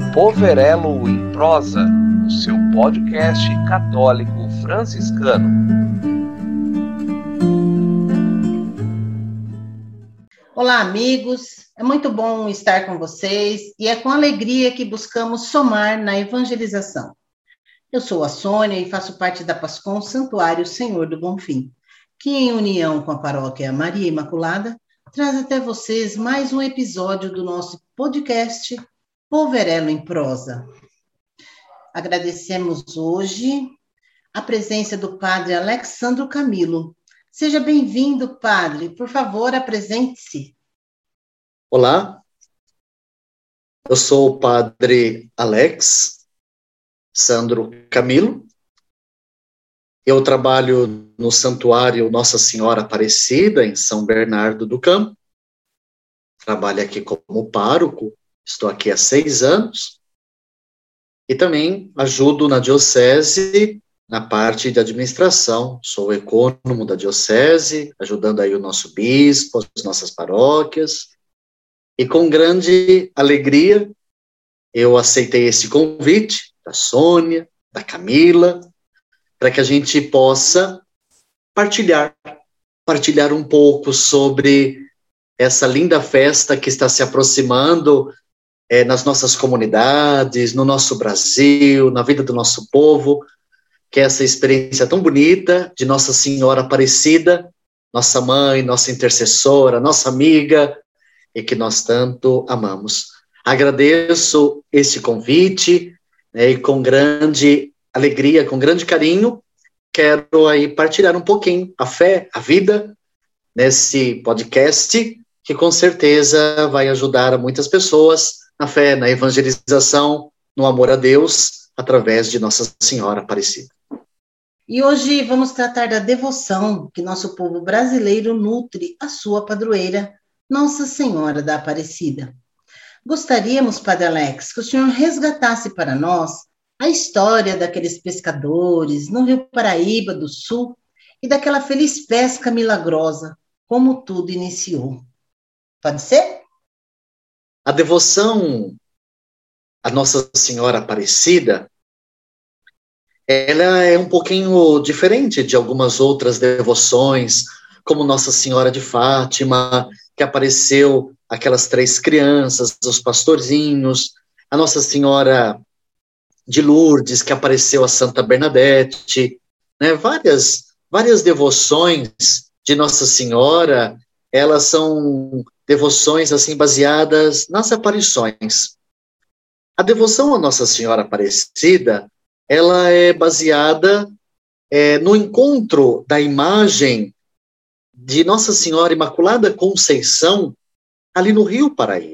Poverello em Prosa, o seu podcast católico franciscano. Olá, amigos. É muito bom estar com vocês e é com alegria que buscamos somar na evangelização. Eu sou a Sônia e faço parte da PASCOM Santuário Senhor do Bonfim, que em união com a paróquia Maria Imaculada, traz até vocês mais um episódio do nosso podcast Poverello em Prosa. Agradecemos hoje a presença do padre Alexsandro Camilo. Seja bem-vindo, padre. Por favor, apresente-se. Olá, eu sou o padre Alexsandro Camilo. Eu trabalho no Santuário Nossa Senhora Aparecida, em São Bernardo do Campo. Trabalho aqui como pároco, estou aqui há 6 anos. E também ajudo na diocese, na parte de administração. Sou ecônomo da diocese, ajudando aí o nosso bispo, as nossas paróquias. E com grande alegria, eu aceitei esse convite da Sônia, da Camila, para que a gente possa partilhar um pouco sobre essa linda festa que está se aproximando nas nossas comunidades, no nosso Brasil, na vida do nosso povo, que é essa experiência tão bonita de Nossa Senhora Aparecida, nossa mãe, nossa intercessora, nossa amiga, e que nós tanto amamos. Agradeço esse convite, e com grande alegria, com grande carinho, quero aí partilhar um pouquinho a fé, a vida, nesse podcast, que com certeza vai ajudar a muitas pessoas na fé, na evangelização, no amor a Deus, através de Nossa Senhora Aparecida. E hoje vamos tratar da devoção que nosso povo brasileiro nutre à sua padroeira, Nossa Senhora da Aparecida. Gostaríamos, Padre Alex, que o senhor resgatasse para nós a história daqueles pescadores no Rio Paraíba do Sul e daquela feliz pesca milagrosa, como tudo iniciou. Pode ser? A devoção à Nossa Senhora Aparecida, ela é um pouquinho diferente de algumas outras devoções, como Nossa Senhora de Fátima, que apareceu aquelas 3 crianças, os pastorzinhos, a Nossa Senhora de Lourdes, que apareceu a Santa Bernadette, né? Várias devoções de Nossa Senhora, elas são devoções assim baseadas nas aparições. A devoção a Nossa Senhora Aparecida, ela é baseada no encontro da imagem de Nossa Senhora Imaculada Conceição ali no Rio Paraíba.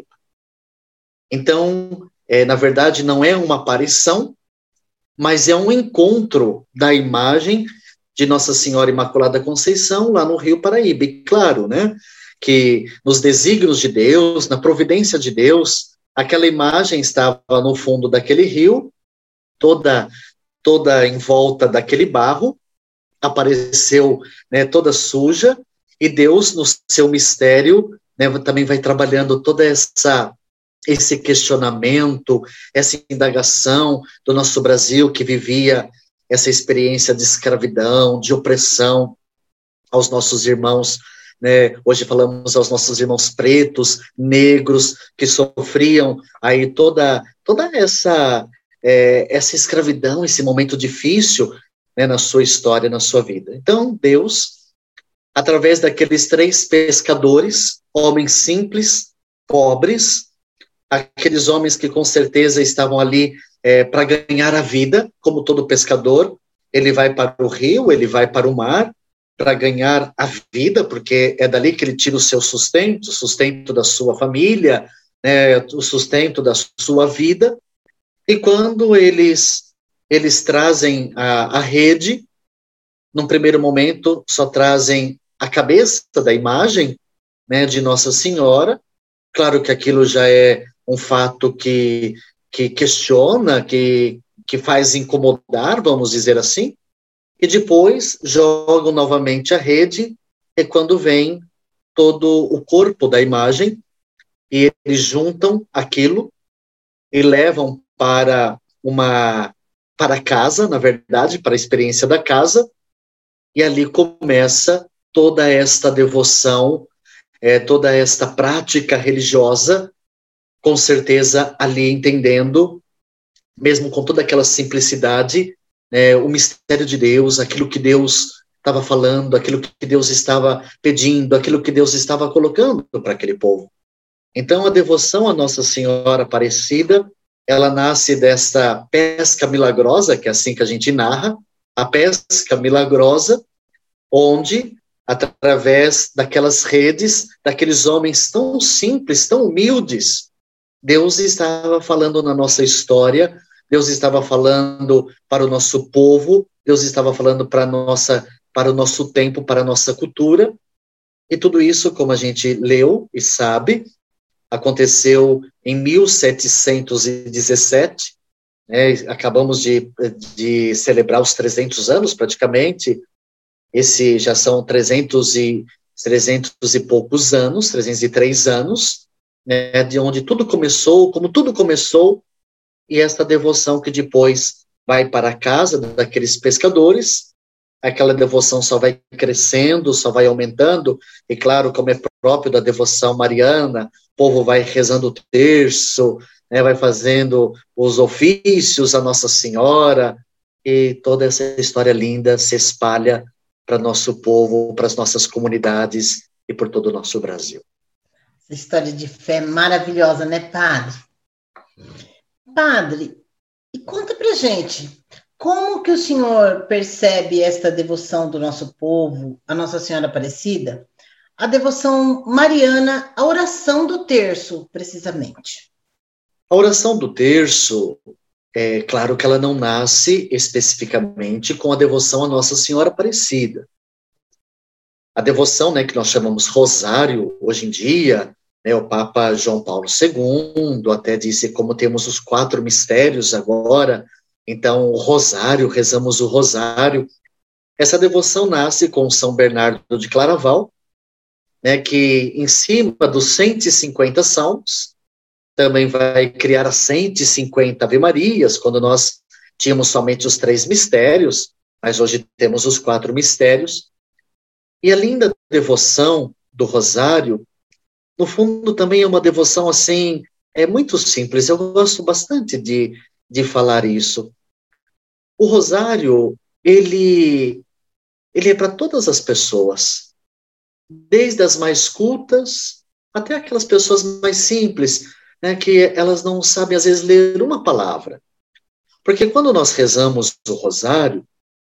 Então, na verdade, não é uma aparição, mas é um encontro da imagem de Nossa Senhora Imaculada Conceição lá no Rio Paraíba. E claro, né, que nos desígnios de Deus, na providência de Deus, aquela imagem estava no fundo daquele rio, toda em volta daquele barro, apareceu, né, toda suja, e Deus, no seu mistério, né, também vai trabalhando toda esse questionamento, essa indagação do nosso Brasil, que vivia essa experiência de escravidão, de opressão aos nossos irmãos, né? Hoje falamos aos nossos irmãos pretos, negros, que sofriam aí toda essa escravidão, esse momento difícil, né, na sua história, na sua vida. Então, Deus, através daqueles 3 pescadores, homens simples, pobres, aqueles homens que com certeza estavam ali para ganhar a vida, como todo pescador, ele vai para o rio, ele vai para o mar, para ganhar a vida, porque é dali que ele tira o seu sustento, o sustento da sua família, né, o sustento da sua vida. E quando eles trazem a rede, num primeiro momento só trazem a cabeça da imagem, né, de Nossa Senhora. Claro que aquilo já é um fato que questiona, que faz incomodar, vamos dizer assim, e depois jogam novamente a rede, e quando vem todo o corpo da imagem, e eles juntam aquilo e levam para para casa, na verdade, para a experiência da casa, e ali começa toda esta devoção, toda esta prática religiosa, com certeza ali entendendo, mesmo com toda aquela simplicidade, o mistério de Deus, aquilo que Deus estava falando, aquilo que Deus estava pedindo, aquilo que Deus estava colocando para aquele povo. Então, a devoção à Nossa Senhora Aparecida, ela nasce dessa pesca milagrosa, que é assim que a gente narra, a pesca milagrosa, onde, através daquelas redes, daqueles homens tão simples, tão humildes, Deus estava falando na nossa história, Deus estava falando para o nosso povo, Deus estava falando para o nosso tempo, para a nossa cultura, e tudo isso, como a gente leu e sabe, aconteceu em 1717, acabamos de celebrar os 300 anos, praticamente, esse já são 300 e poucos anos, 303 anos, né, de onde tudo começou, como tudo começou, e esta devoção que depois vai para a casa daqueles pescadores, aquela devoção só vai crescendo, só vai aumentando, e claro, como é próprio da devoção mariana, o povo vai rezando o terço, né, vai fazendo os ofícios à Nossa Senhora, e toda essa história linda se espalha para nosso povo, para as nossas comunidades e por todo o nosso Brasil. Essa história de fé maravilhosa, né, padre? Padre, e conta pra gente, como que o senhor percebe esta devoção do nosso povo, a Nossa Senhora Aparecida? A devoção mariana, a oração do terço, precisamente. A oração do terço, é claro que ela não nasce especificamente com a devoção à Nossa Senhora Aparecida. A devoção, né, que nós chamamos rosário, hoje em dia, né, o Papa João Paulo II até disse, como temos os 4 mistérios agora, então o rosário, rezamos o rosário. Essa devoção nasce com São Bernardo de Claraval, né, que em cima dos 150 salmos, também vai criar as 150 Ave-Marias, quando nós tínhamos somente os 3 mistérios, mas hoje temos os 4 mistérios. E a linda devoção do rosário, no fundo também é uma devoção assim, muito simples, eu gosto bastante de falar isso. O rosário, ele é para todas as pessoas, desde as mais cultas até aquelas pessoas mais simples, né, que elas não sabem, às vezes, ler uma palavra. Porque quando nós rezamos o rosário,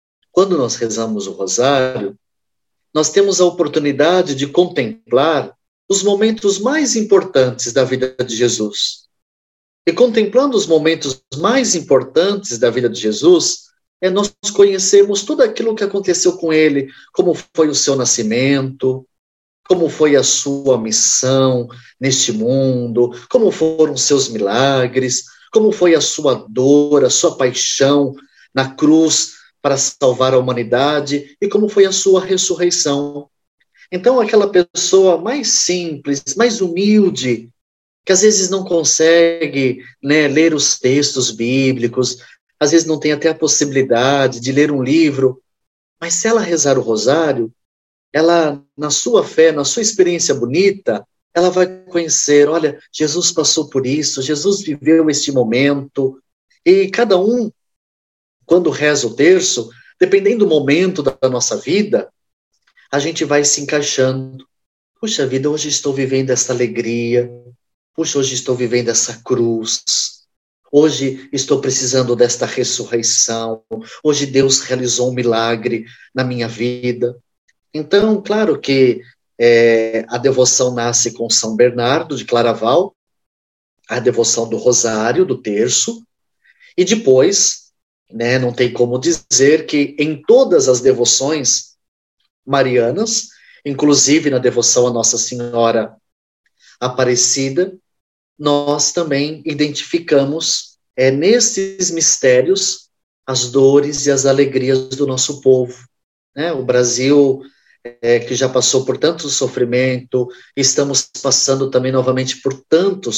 nós temos a oportunidade de contemplar os momentos mais importantes da vida de Jesus. E contemplando os momentos mais importantes da vida de Jesus, nós conhecemos tudo aquilo que aconteceu com ele, como foi o seu nascimento, como foi a sua missão neste mundo, como foram os seus milagres, como foi a sua dor, a sua paixão na cruz para salvar a humanidade e como foi a sua ressurreição. Então, aquela pessoa mais simples, mais humilde, que às vezes não consegue, né, ler os textos bíblicos, às vezes não tem até a possibilidade de ler um livro, mas se ela rezar o rosário, ela, na sua fé, na sua experiência bonita, ela vai conhecer, olha, Jesus passou por isso, Jesus viveu este momento, e cada um, quando reza o terço, dependendo do momento da nossa vida, a gente vai se encaixando. Puxa vida, hoje estou vivendo essa alegria, puxa, hoje estou vivendo essa cruz, hoje estou precisando desta ressurreição, hoje Deus realizou um milagre na minha vida. Então, claro que a devoção nasce com São Bernardo de Claraval, a devoção do rosário, do terço, e depois, né, não tem como dizer que em todas as devoções marianas, inclusive na devoção à Nossa Senhora Aparecida, nós também identificamos nesses mistérios as dores e as alegrias do nosso povo. Né? O Brasil, que já passou por tanto sofrimento, estamos passando também novamente por tantos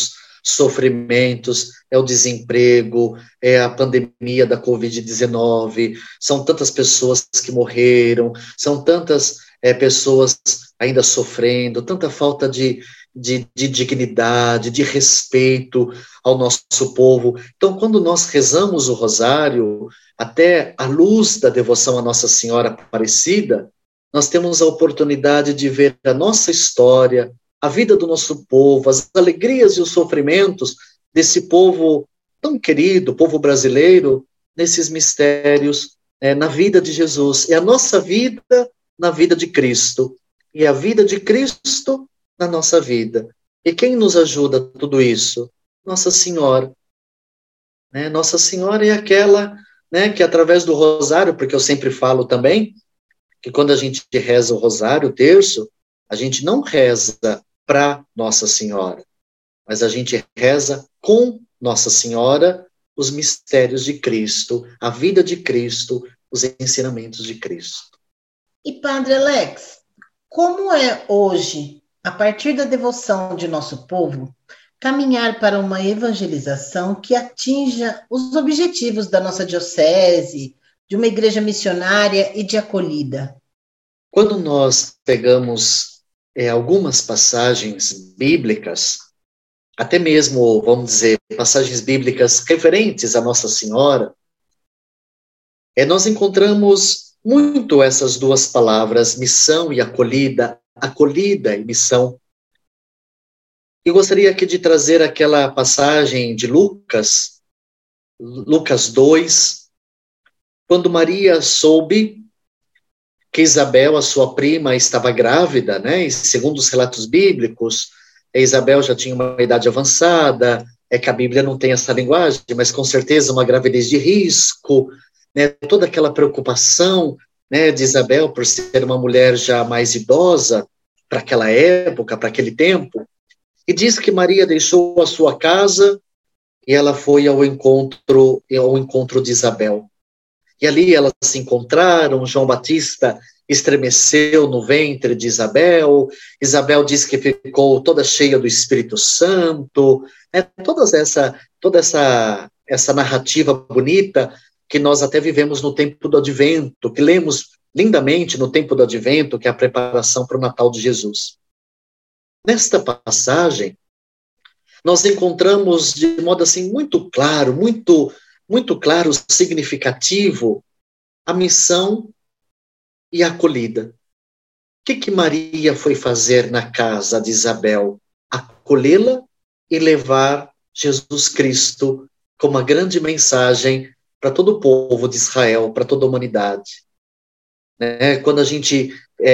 sofrimentos, é o desemprego, é a pandemia da Covid-19, são tantas pessoas que morreram, são tantas pessoas ainda sofrendo, tanta falta de dignidade, de respeito ao nosso povo. Então, quando nós rezamos o rosário, até à luz da devoção à Nossa Senhora Aparecida, nós temos a oportunidade de ver a nossa história, a vida do nosso povo, as alegrias e os sofrimentos desse povo tão querido, o povo brasileiro, nesses mistérios, na vida de Jesus. É a nossa vida na vida de Cristo, e a vida de Cristo na nossa vida. E quem nos ajuda a tudo isso? Nossa Senhora. Nossa Senhora é aquela que através do rosário, porque eu sempre falo também, que quando a gente reza o rosário, o terço, a gente não reza para Nossa Senhora, mas a gente reza com Nossa Senhora os mistérios de Cristo, a vida de Cristo, os ensinamentos de Cristo. E Padre Alex, como é hoje, a partir da devoção de nosso povo, caminhar para uma evangelização que atinja os objetivos da nossa diocese, de uma igreja missionária e de acolhida? Quando nós pegamos algumas passagens bíblicas, até mesmo, vamos dizer, passagens bíblicas referentes a Nossa Senhora, nós encontramos muito essas duas palavras, missão e acolhida e missão. E gostaria aqui de trazer aquela passagem de Lucas 2, quando Maria soube que Isabel, a sua prima, estava grávida, e segundo os relatos bíblicos, Isabel já tinha uma idade avançada, que a Bíblia não tem essa linguagem, mas com certeza uma gravidez de risco, toda aquela preocupação de Isabel por ser uma mulher já mais idosa para aquela época, para aquele tempo, e diz que Maria deixou a sua casa e ela foi ao encontro de Isabel. E ali elas se encontraram, João Batista estremeceu no ventre de Isabel, Isabel diz que ficou toda cheia do Espírito Santo, toda essa narrativa bonita que nós até vivemos no tempo do Advento, que lemos lindamente no tempo do Advento, que é a preparação para o Natal de Jesus. Nesta passagem, nós encontramos de modo assim muito claro, muito claro, significativo, a missão e a acolhida. O que Maria foi fazer na casa de Isabel? Acolhê-la e levar Jesus Cristo como uma grande mensagem para todo o povo de Israel, para toda a humanidade. Quando a gente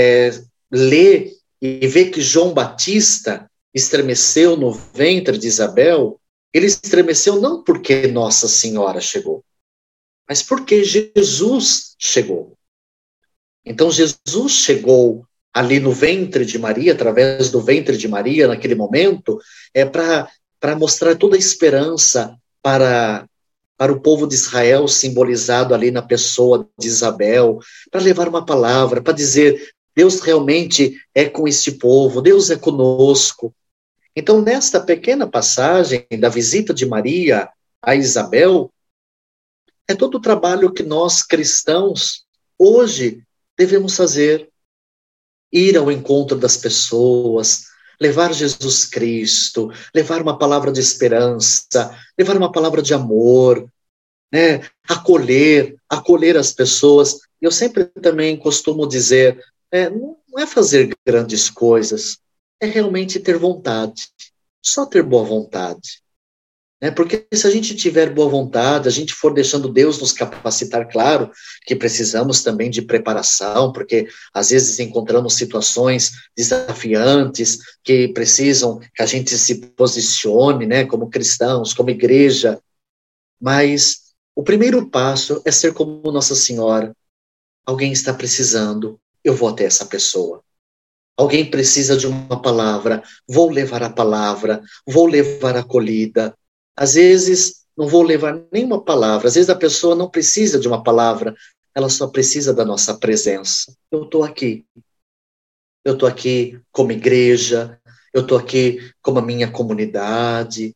lê e vê que João Batista estremeceu no ventre de Isabel, ele estremeceu não porque Nossa Senhora chegou, mas porque Jesus chegou. Então Jesus chegou ali no ventre de Maria, através do ventre de Maria, naquele momento, para mostrar toda a esperança para o povo de Israel, simbolizado ali na pessoa de Isabel, para levar uma palavra, para dizer, Deus realmente é com este povo, Deus é conosco. Então, nesta pequena passagem da visita de Maria a Isabel, é todo o trabalho que nós cristãos hoje devemos fazer. Ir ao encontro das pessoas, levar Jesus Cristo, levar uma palavra de esperança, levar uma palavra de amor, acolher as pessoas. Eu sempre também costumo dizer, não é fazer grandes coisas, é realmente ter vontade, só ter boa vontade. Porque se a gente tiver boa vontade, a gente for deixando Deus nos capacitar, claro que precisamos também de preparação, porque às vezes encontramos situações desafiantes que precisam que a gente se posicione, como cristãos, como igreja, mas o primeiro passo é ser como Nossa Senhora. Alguém está precisando, eu vou até essa pessoa. Alguém precisa de uma palavra, vou levar a palavra, vou levar a acolhida. Às vezes, não vou levar nenhuma palavra. Às vezes, a pessoa não precisa de uma palavra. Ela só precisa da nossa presença. Eu estou aqui. Eu estou aqui como igreja. Eu estou aqui como a minha comunidade.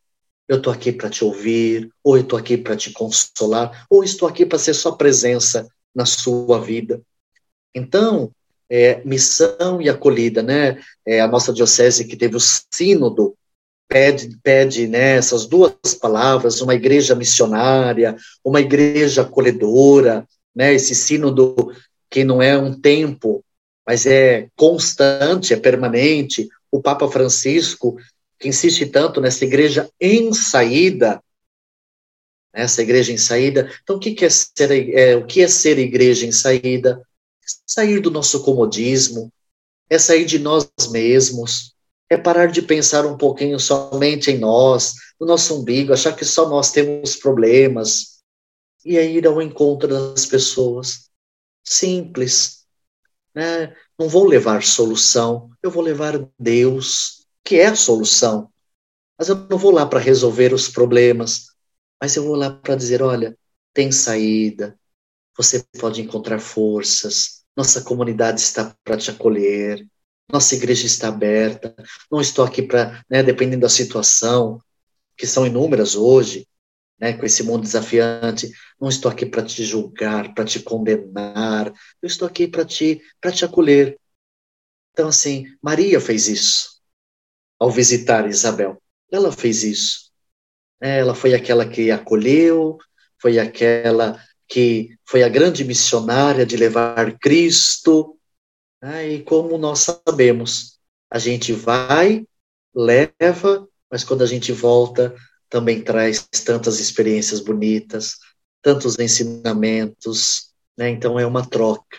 eu estou aqui para te ouvir, ou eu estou aqui para te consolar, ou estou aqui para ser sua presença na sua vida. Então, missão e acolhida, né? A nossa diocese que teve o sínodo, pede, né, essas duas palavras, uma igreja missionária, uma igreja acolhedora, né, esse sínodo que não é um tempo, mas é constante, é permanente. O Papa Francisco, que insiste tanto nessa igreja em saída, essa igreja em saída. Então, o que é ser igreja em saída? Sair do nosso comodismo, é sair de nós mesmos, é parar de pensar um pouquinho somente em nós, no nosso umbigo, achar que só nós temos problemas, e é ir ao encontro das pessoas. Simples, né? Não vou levar solução, eu vou levar Deus, que é a solução. Mas eu não vou lá para resolver os problemas, mas eu vou lá para dizer, olha, tem saída, você pode encontrar forças, nossa comunidade está para te acolher, nossa igreja está aberta, não estou aqui para, né, dependendo da situação, que são inúmeras hoje, né, com esse mundo desafiante, não estou aqui para te julgar, para te condenar, eu estou aqui para te acolher. Então, assim, Maria fez isso, ao visitar Isabel, ela fez isso. Ela foi aquela que acolheu, foi aquela que foi a grande missionária de levar Cristo, né? E como nós sabemos, a gente vai, leva, mas quando a gente volta, também traz tantas experiências bonitas, tantos ensinamentos, né? Então é uma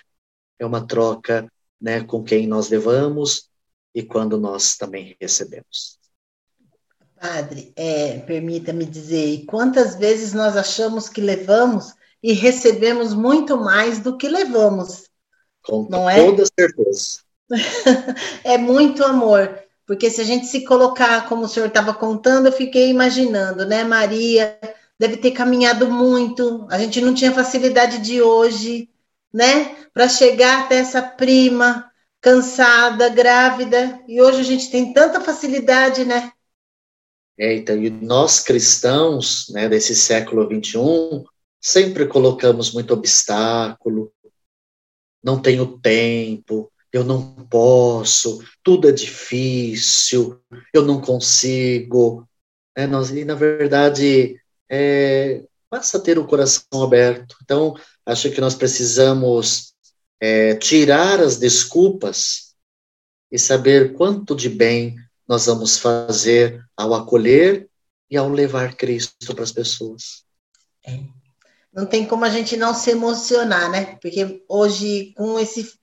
troca, né, com quem nós levamos e quando nós também recebemos. Padre, permita-me dizer, e quantas vezes nós achamos que levamos e recebemos muito mais do que levamos? Com não é? Toda certeza. É muito amor, porque se a gente se colocar, como o senhor estava contando, eu fiquei imaginando, né? Maria deve ter caminhado muito, a gente não tinha facilidade de hoje, né? Para chegar até essa prima, cansada, grávida, e hoje a gente tem tanta facilidade, né? Então, e nós cristãos, né, desse século XXI, sempre colocamos muito obstáculo, não tenho tempo, eu não posso, tudo é difícil, eu não consigo. E, na verdade, basta ter o coração aberto. Então, acho que nós precisamos tirar as desculpas e saber quanto de bem nós vamos fazer ao acolher e ao levar Cristo para as pessoas. Não tem como a gente não se emocionar, né? Porque hoje, com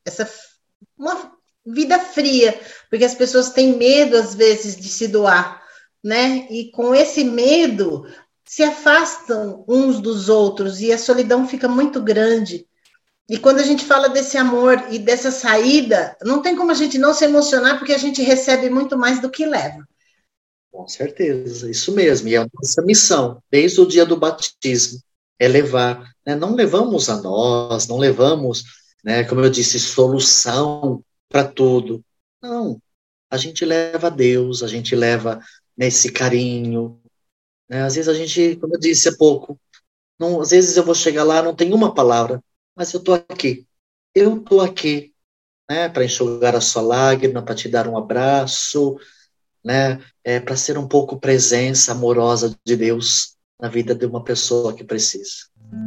uma vida fria, porque as pessoas têm medo, às vezes, de se doar, né? E com esse medo, se afastam uns dos outros e a solidão fica muito grande. E quando a gente fala desse amor e dessa saída, não tem como a gente não se emocionar, porque a gente recebe muito mais do que leva. Com certeza, isso mesmo. E é a nossa missão, desde o dia do batismo, é levar. Né? Não levamos a nós, não levamos, né, como eu disse, solução para tudo. Não, a gente leva a Deus, a gente leva nesse carinho. Né? Às vezes a gente, como eu disse há pouco, às vezes eu vou chegar lá, não tem uma palavra, mas eu estou aqui. Eu estou aqui, né, para enxugar a sua lágrima, para te dar um abraço, né, para ser um pouco presença amorosa de Deus na vida de uma pessoa que precisa.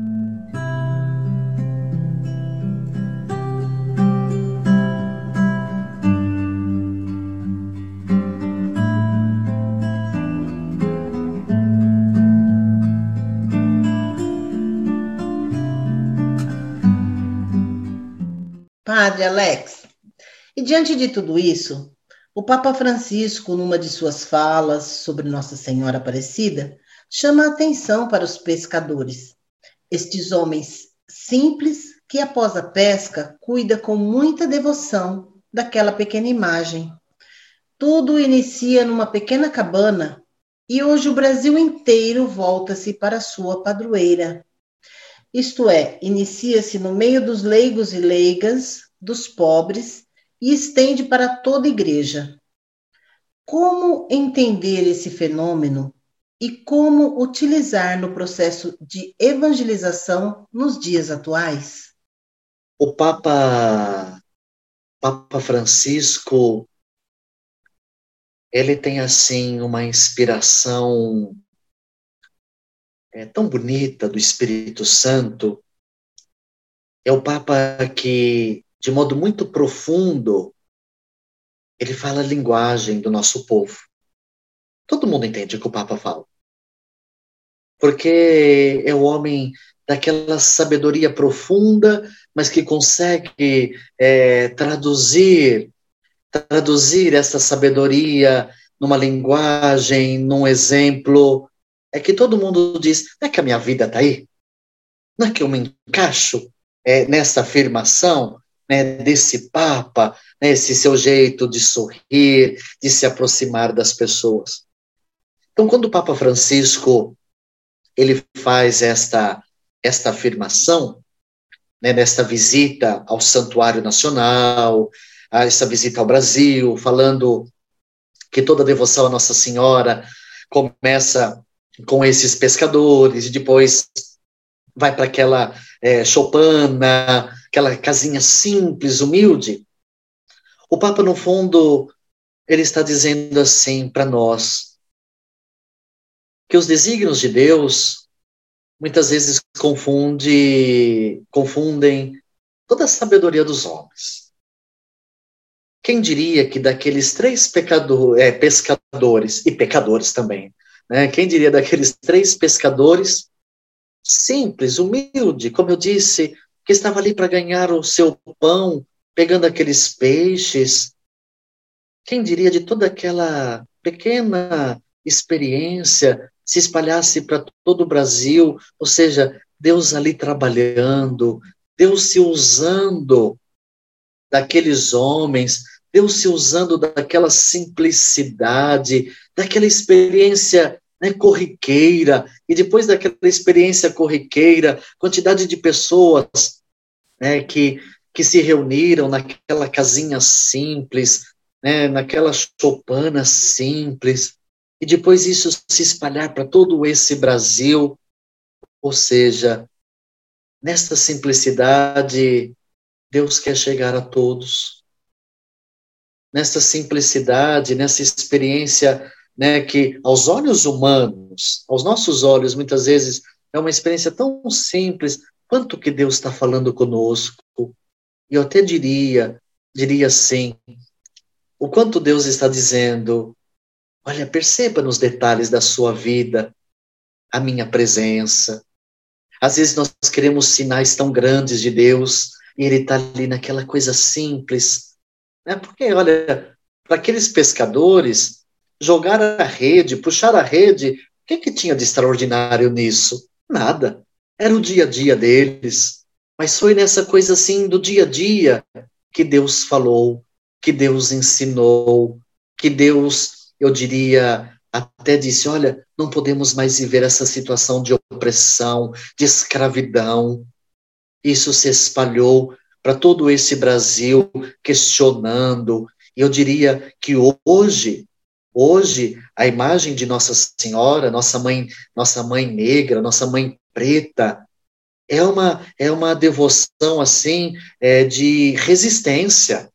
Padre Alex, e diante de tudo isso, o Papa Francisco, numa de suas falas sobre Nossa Senhora Aparecida, chama a atenção para os pescadores. Estes homens simples que, após a pesca, cuidam com muita devoção daquela pequena imagem. Tudo inicia numa pequena cabana e hoje o Brasil inteiro volta-se para sua padroeira. Isto é, inicia-se no meio dos leigos e leigas, dos pobres, e estende para toda a igreja. Como entender esse fenômeno e como utilizar no processo de evangelização nos dias atuais? O Papa Francisco, ele tem assim uma inspiração tão bonita do Espírito Santo. É o Papa que, de modo muito profundo, ele fala a linguagem do nosso povo. Todo mundo entende o que o Papa fala. Porque é o homem daquela sabedoria profunda, mas que consegue traduzir essa sabedoria numa linguagem, num exemplo. É que todo mundo diz, não é que a minha vida está aí? Não é que eu me encaixo nessa afirmação, né, desse Papa, né, esse seu jeito de sorrir, de se aproximar das pessoas. Então, quando o Papa Francisco ele faz esta afirmação, né, nesta visita ao Santuário Nacional, essa visita ao Brasil, falando que toda devoção à Nossa Senhora começa com esses pescadores, e depois vai para aquela choupana, aquela casinha simples, humilde. O Papa, no fundo, ele está dizendo assim para nós, que os desígnios de Deus muitas vezes confundem toda a sabedoria dos homens. Quem diria que daqueles 3 pescadores, e pecadores também, né? Quem diria daqueles 3 pescadores, simples, humilde, como eu disse, que estava ali para ganhar o seu pão, pegando aqueles peixes, quem diria de toda aquela pequena experiência se espalhasse para todo o Brasil, ou seja, Deus ali trabalhando, Deus se usando daqueles homens, Deus se usando daquela simplicidade, daquela experiência, né, corriqueira, e depois daquela experiência corriqueira, quantidade de pessoas, né, que se reuniram naquela casinha simples, né, naquela choupana simples, e depois isso se espalhar para todo esse Brasil, ou seja, nesta simplicidade, Deus quer chegar a todos. Nessa simplicidade, nessa experiência, né, que aos olhos humanos, aos nossos olhos, muitas vezes, é uma experiência tão simples, quanto que Deus está falando conosco. E eu até diria assim, o quanto Deus está dizendo, olha, perceba nos detalhes da sua vida a minha presença. Às vezes nós queremos sinais tão grandes de Deus e Ele está ali naquela coisa simples. Né? Porque, olha, para aqueles pescadores, jogar a rede, puxar a rede, o que tinha de extraordinário nisso? Nada. Era o dia a dia deles. Mas foi nessa coisa assim do dia a dia que Deus falou, que Deus ensinou, que Deus, eu diria, até disse, olha, não podemos mais viver essa situação de opressão, de escravidão. Isso se espalhou para todo esse Brasil, questionando. E eu diria que hoje, a imagem de Nossa Senhora, nossa mãe negra, nossa mãe preta, é uma devoção assim de resistência.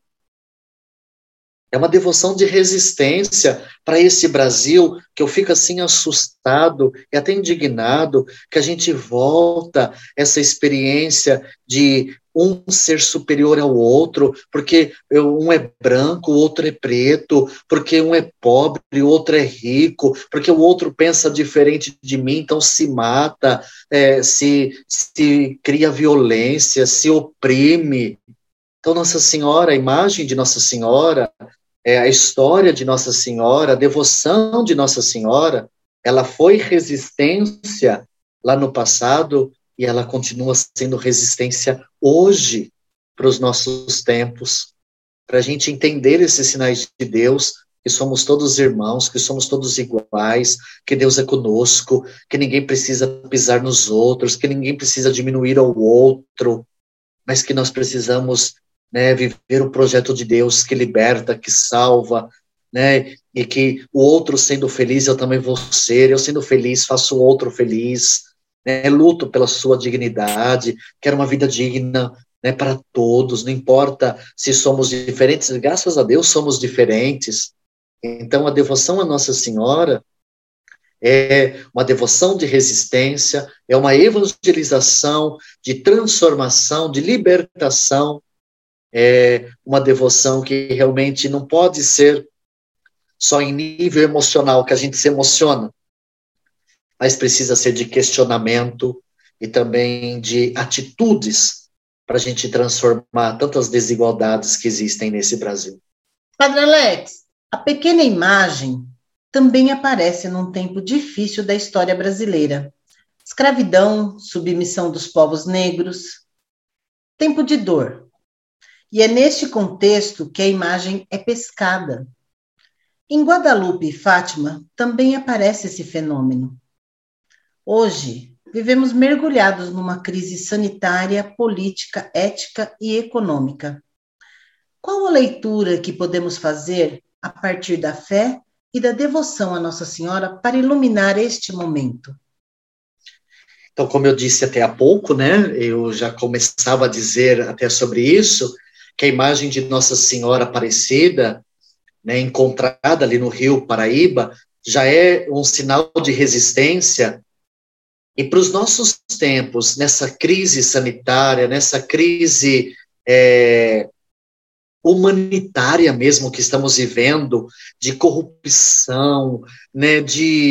É uma devoção de resistência para esse Brasil, que eu fico assim assustado e até indignado, que a gente volta essa experiência de um ser superior ao outro, porque um é branco, o outro é preto, porque um é pobre, o outro é rico, porque o outro pensa diferente de mim, então se mata, se cria violência, se oprime. Então Nossa Senhora, a imagem de Nossa Senhora, a história de Nossa Senhora, a devoção de Nossa Senhora, ela foi resistência lá no passado e ela continua sendo resistência hoje para os nossos tempos, para a gente entender esses sinais de Deus, que somos todos irmãos, que somos todos iguais, que Deus é conosco, que ninguém precisa pisar nos outros, que ninguém precisa diminuir ao outro, mas que nós precisamos, né, viver o projeto de Deus que liberta, que salva, né? E que o outro sendo feliz, eu também vou ser, eu sendo feliz, faço o outro feliz, né? Luto pela sua dignidade, quero uma vida digna, né, para todos, não importa se somos diferentes, graças a Deus somos diferentes. Então, a devoção à Nossa Senhora é uma devoção de resistência, é uma evangelização, de transformação, de libertação, é uma devoção que realmente não pode ser só em nível emocional, que a gente se emociona, mas precisa ser de questionamento e também de atitudes para a gente transformar tantas desigualdades que existem nesse Brasil. Padre Alex, a pequena imagem também aparece num tempo difícil da história brasileira. Escravidão, submissão dos povos negros, tempo de dor. E é neste contexto que a imagem é pescada. Em Guadalupe e Fátima também aparece esse fenômeno. Hoje, vivemos mergulhados numa crise sanitária, política, ética e econômica. Qual a leitura que podemos fazer a partir da fé e da devoção à Nossa Senhora para iluminar este momento? Então, como eu disse até há pouco, né, eu já começava a dizer até sobre isso, que a imagem de Nossa Senhora Aparecida, né, encontrada ali no Rio Paraíba, já é um sinal de resistência. E para os nossos tempos, nessa crise sanitária, nessa crise humanitária mesmo que estamos vivendo, de corrupção, né,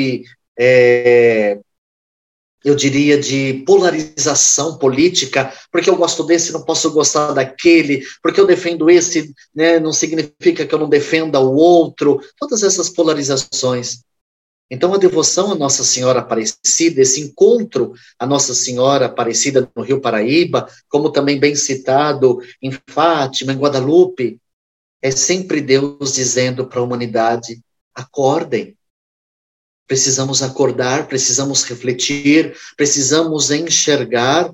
eu diria, de polarização política, porque eu gosto desse, não posso gostar daquele, porque eu defendo esse, né, não significa que eu não defenda o outro, todas essas polarizações. Então, a devoção à Nossa Senhora Aparecida, esse encontro à Nossa Senhora Aparecida no Rio Paraíba, como também bem citado em Fátima, em Guadalupe, é sempre Deus dizendo para a humanidade: acordem. Precisamos acordar, precisamos refletir, precisamos enxergar,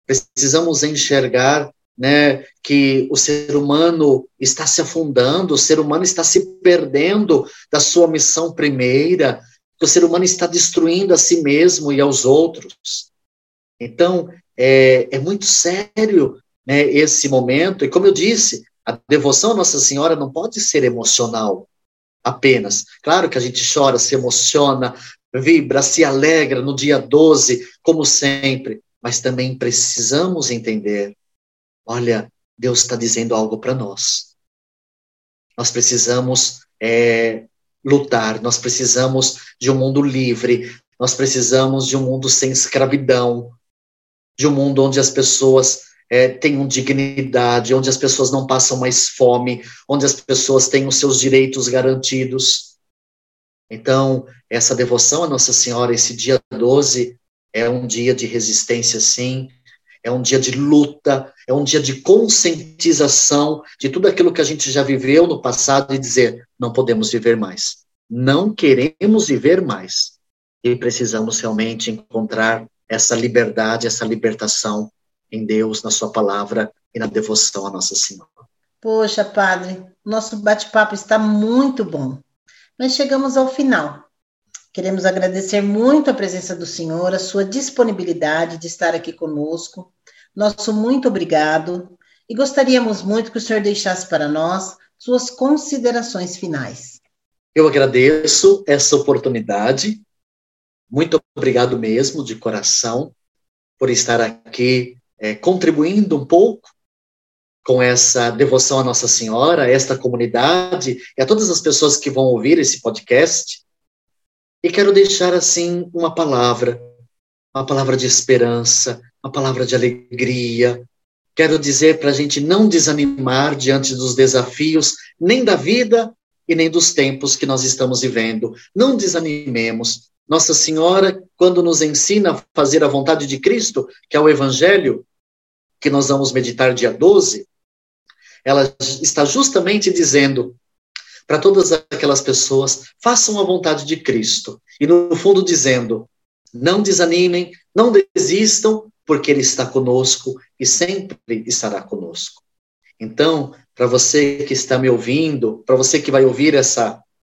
né, que o ser humano está se afundando, o ser humano está se perdendo da sua missão primeira, que o ser humano está destruindo a si mesmo e aos outros. Então, é muito sério, né, esse momento, e como eu disse, a devoção à Nossa Senhora não pode ser emocional apenas. Claro que a gente chora, se emociona, vibra, se alegra no dia 12, como sempre, mas também precisamos entender, olha, Deus está dizendo algo para nós. Nós precisamos lutar, nós precisamos de um mundo livre, nós precisamos de um mundo sem escravidão, de um mundo onde as pessoas tenham dignidade, onde as pessoas não passam mais fome, onde as pessoas têm os seus direitos garantidos. Então, essa devoção à Nossa Senhora, esse dia 12, é um dia de resistência, sim, é um dia de luta, é um dia de conscientização de tudo aquilo que a gente já viveu no passado e dizer, não podemos viver mais, não queremos viver mais, e precisamos realmente encontrar essa liberdade, essa libertação em Deus, na sua palavra e na devoção à Nossa Senhora. Poxa, Padre, nosso bate-papo está muito bom, mas chegamos ao final. Queremos agradecer muito a presença do Senhor, a sua disponibilidade de estar aqui conosco. Nosso muito obrigado e gostaríamos muito que o Senhor deixasse para nós suas considerações finais. Eu agradeço essa oportunidade. Muito obrigado mesmo, de coração, por estar aqui contribuindo um pouco com essa devoção à Nossa Senhora, a esta comunidade e a todas as pessoas que vão ouvir esse podcast. E quero deixar, assim, uma palavra de esperança, uma palavra de alegria. Quero dizer para a gente não desanimar diante dos desafios, nem da vida e nem dos tempos que nós estamos vivendo. Não desanimemos. Nossa Senhora, quando nos ensina a fazer a vontade de Cristo, que é o Evangelho, que nós vamos meditar dia 12, ela está justamente dizendo para todas aquelas pessoas, façam a vontade de Cristo. E no fundo dizendo, não desanimem, não desistam, porque Ele está conosco e sempre estará conosco. Então, para você que está me ouvindo, para você que vai ouvir essa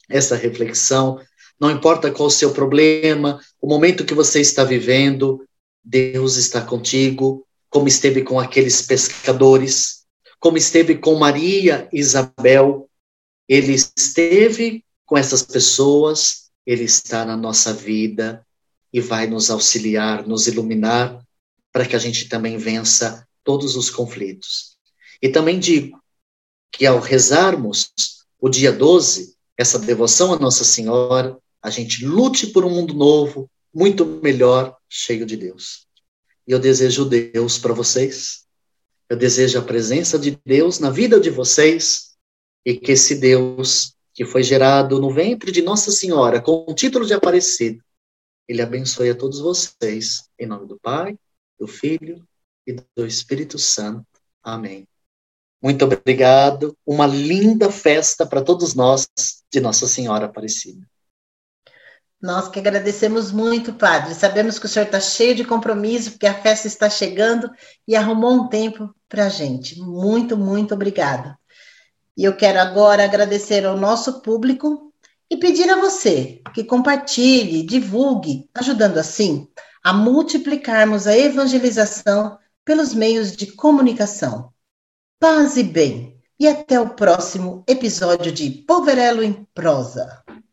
essa reflexão. Não importa qual o seu problema, o momento que você está vivendo, Deus está contigo, como esteve com aqueles pescadores, como esteve com Maria e Isabel. Ele esteve com essas pessoas, ele está na nossa vida e vai nos auxiliar, nos iluminar, para que a gente também vença todos os conflitos. E também digo que ao rezarmos o dia 12, essa devoção à Nossa Senhora, a gente lute por um mundo novo, muito melhor, cheio de Deus. E eu desejo Deus para vocês. Eu desejo a presença de Deus na vida de vocês e que esse Deus que foi gerado no ventre de Nossa Senhora, com o título de Aparecida, ele abençoe a todos vocês. Em nome do Pai, do Filho e do Espírito Santo. Amém. Muito obrigado. Uma linda festa para todos nós de Nossa Senhora Aparecida. Nós que agradecemos muito, Padre. Sabemos que o senhor está cheio de compromisso, porque a festa está chegando e arrumou um tempo para a gente. Muito, muito obrigada. E eu quero agora agradecer ao nosso público e pedir a você que compartilhe, divulgue, ajudando assim a multiplicarmos a evangelização pelos meios de comunicação. Paz e bem. E até o próximo episódio de Poverello em Prosa.